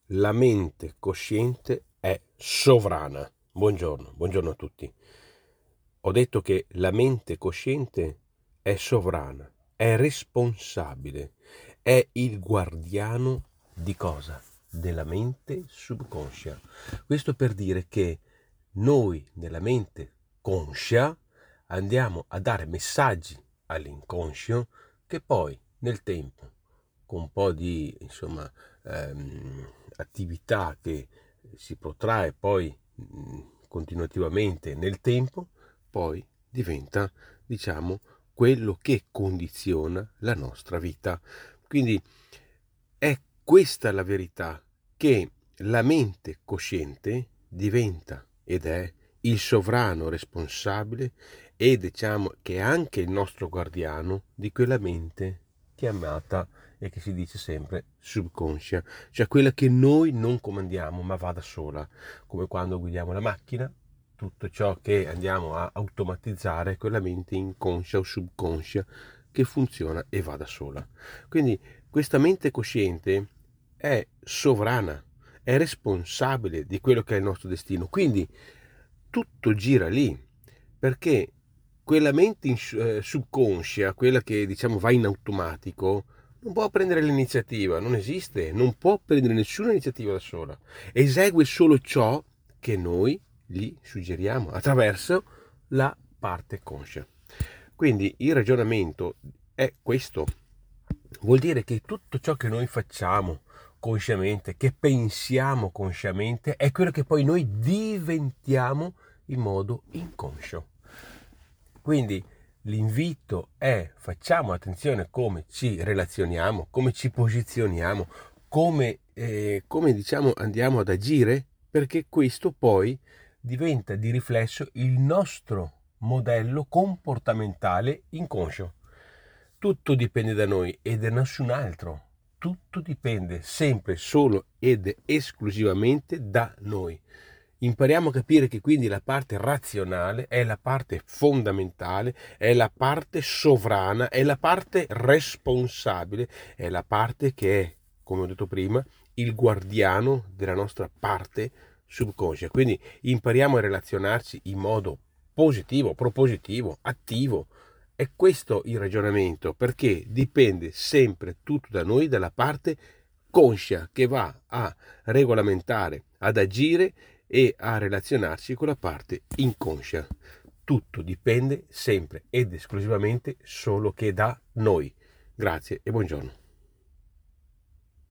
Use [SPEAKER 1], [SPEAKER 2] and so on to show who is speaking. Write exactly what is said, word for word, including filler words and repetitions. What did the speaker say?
[SPEAKER 1] La mente cosciente è sovrana. Buongiorno, buongiorno a tutti. Ho detto che la mente cosciente è sovrana, è responsabile, è il guardiano di cosa? Della mente subconscia. Questo per dire che noi nella mente conscia andiamo a dare messaggi all'inconscio che poi nel tempo, con un po' di insomma ehm, attività che si protrae poi mh, continuativamente nel tempo, poi diventa, diciamo, quello che condiziona la nostra vita. Quindi è questa la verità, che la mente cosciente diventa ed è il sovrano responsabile e diciamo che è anche il nostro guardiano di quella mente chiamata e che si dice sempre subconscia, cioè quella che noi non comandiamo ma va da sola, come quando guidiamo la macchina, tutto ciò che andiamo a automatizzare è quella mente inconscia o subconscia che funziona e va da sola. Quindi questa mente cosciente è sovrana, è responsabile di quello che è il nostro destino, quindi tutto gira lì, perché quella mente in, eh, subconscia, quella che diciamo va in automatico, non può prendere l'iniziativa, non esiste, non può prendere nessuna iniziativa da sola, esegue solo ciò che noi gli suggeriamo attraverso la parte conscia. Quindi il ragionamento è questo, vuol dire che tutto ciò che noi facciamo consciamente, che pensiamo consciamente, è quello che poi noi diventiamo in modo inconscio. Quindi l'invito è facciamo attenzione come ci relazioniamo, come ci posizioniamo, come, eh, come diciamo andiamo ad agire, perché questo poi diventa di riflesso il nostro modello comportamentale inconscio. Tutto dipende da noi ed è nessun altro. Tutto dipende sempre, solo ed esclusivamente da noi. Impariamo a capire che quindi la parte razionale è la parte fondamentale, è la parte sovrana, è la parte responsabile, è la parte che è, come ho detto prima, il guardiano della nostra parte subconscia. Quindi impariamo a relazionarci in modo positivo, propositivo, attivo. È questo il ragionamento, perché dipende sempre tutto da noi, dalla parte conscia che va a regolamentare, ad agire e a relazionarsi con la parte inconscia. Tutto dipende sempre ed esclusivamente solo che da noi. Grazie e buongiorno.